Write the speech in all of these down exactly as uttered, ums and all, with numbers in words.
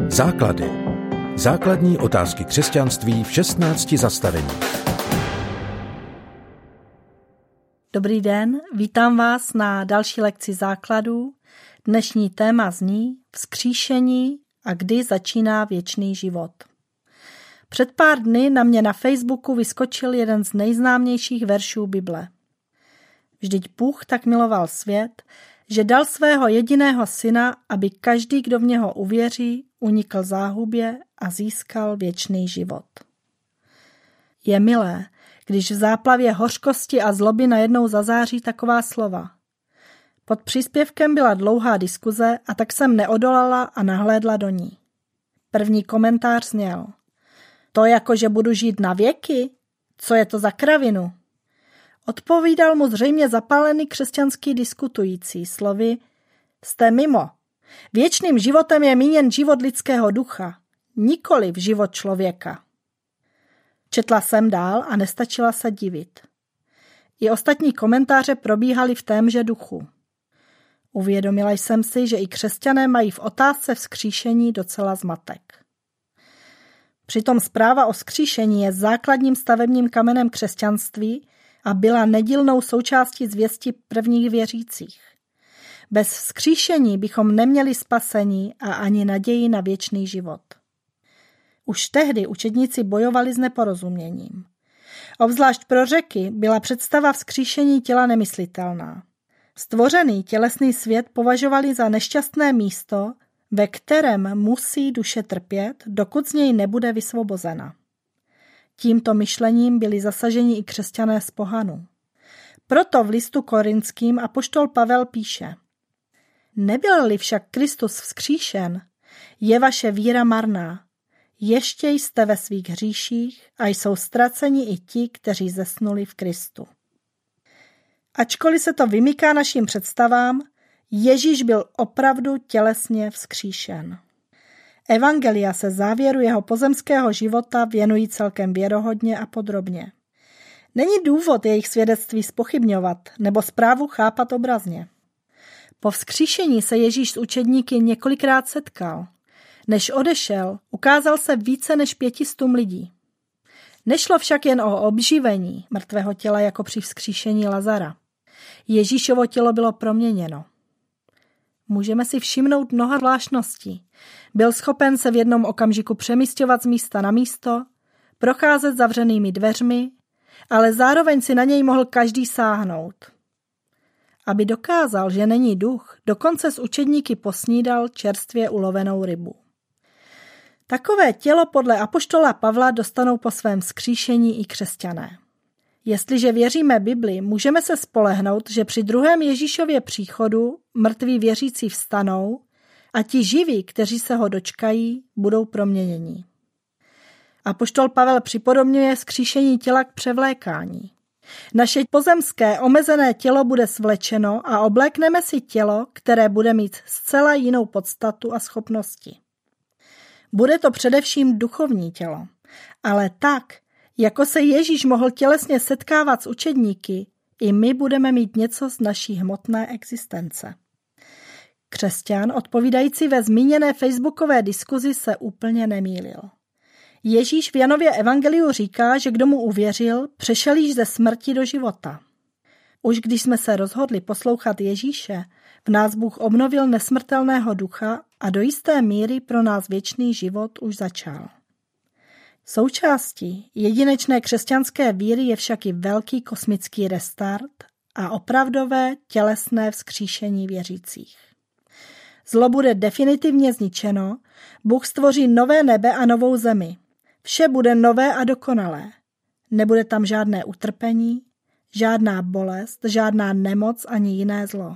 Základy. Základní otázky křesťanství v šestnácti zastaveních. Dobrý den, vítám vás na další lekci základů. Dnešní téma zní vzkříšení a kdy začíná věčný život. Před pár dny na mě na Facebooku vyskočil jeden z nejznámějších veršů Bible. Vždyť Bůh tak miloval svět, že dal svého jediného syna, aby každý, kdo v něho uvěří, unikl záhubě a získal věčný život. Je milé, když v záplavě hořkosti a zloby najednou zazáří taková slova. Pod příspěvkem byla dlouhá diskuze a tak jsem neodolala a nahlédla do ní. První komentář zněl: To jako, že budu žít na věky? Co je to za kravinu? Odpovídal mu zřejmě zapálený křesťanský diskutující slovy: Jste mimo. Věčným životem je míněn život lidského ducha, nikoliv život člověka. Četla jsem dál a nestačila se divit. I ostatní komentáře probíhaly v témže duchu. Uvědomila jsem si, že i křesťané mají v otázce vzkříšení docela zmatek. Přitom zpráva o vzkříšení je základním stavebním kamenem křesťanství a byla nedílnou součástí zvěsti prvních věřících. Bez vzkříšení bychom neměli spasení a ani naději na věčný život. Už tehdy učedníci bojovali s neporozuměním. Obzvlášť pro Řeky byla představa vzkříšení těla nemyslitelná. Stvořený tělesný svět považovali za nešťastné místo, ve kterém musí duše trpět, dokud z něj nebude vysvobozena. Tímto myšlením byli zasaženi i křesťané z pohanu. Proto v listu Korinským apoštol Pavel píše: Nebyl-li však Kristus vzkříšen, je vaše víra marná. Ještě jste ve svých hříších a jsou ztraceni i ti, kteří zesnuli v Kristu. Ačkoliv se to vymyká našim představám, Ježíš byl opravdu tělesně vzkříšen. Evangelia se závěru jeho pozemského života věnují celkem věrohodně a podrobně. Není důvod jejich svědectví zpochybňovat nebo zprávu chápat obrazně. Po vzkříšení se Ježíš s učedníky několikrát setkal. Než odešel, ukázal se více než pětistům lidí. Nešlo však jen o obživení mrtvého těla jako při vzkříšení Lazara. Ježíšovo tělo bylo proměněno. Můžeme si všimnout mnoha zvláštností. Byl schopen se v jednom okamžiku přemísťovat z místa na místo, procházet zavřenými dveřmi, ale zároveň si na něj mohl každý sáhnout. Aby dokázal, že není duch, dokonce s učedníky posnídal čerstvě ulovenou rybu. Takové tělo podle apoštola Pavla dostanou po svém vzkříšení i křesťané. Jestliže věříme Bibli, můžeme se spolehnout, že při druhém Ježíšově příchodu mrtví věřící vstanou a ti živí, kteří se ho dočkají, budou proměnění. Apoštol Pavel připodobňuje vzkříšení těla k převlékání. Naše pozemské omezené tělo bude svlečeno a oblékneme si tělo, které bude mít zcela jinou podstatu a schopnosti. Bude to především duchovní tělo, ale tak, jako se Ježíš mohl tělesně setkávat s učedníky, i my budeme mít něco z naší hmotné existence. Křesťan, odpovídající ve zmíněné facebookové diskuzi, se úplně nemýlil. Ježíš v Janově evangeliu říká, že kdo mu uvěřil, přešel již ze smrti do života. Už když jsme se rozhodli poslouchat Ježíše, v nás Bůh obnovil nesmrtelného ducha a do jisté míry pro nás věčný život už začal. Součástí jedinečné křesťanské víry je však i velký kosmický restart a opravdové tělesné vzkříšení věřících. Zlo bude definitivně zničeno, Bůh stvoří nové nebe a novou zemi. Vše bude nové a dokonalé. Nebude tam žádné utrpení, žádná bolest, žádná nemoc ani jiné zlo.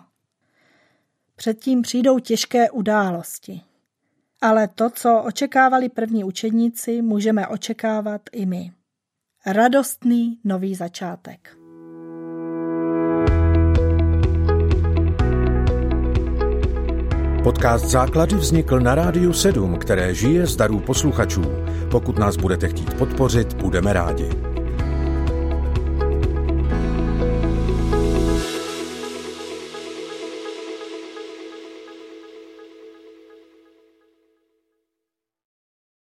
Předtím přijdou těžké události. Ale to, co očekávali první učedníci, můžeme očekávat i my. Radostný nový začátek. Podcast Základy vznikl na Rádiu sedm, které žije z darů posluchačů. Pokud nás budete chtít podpořit, budeme rádi.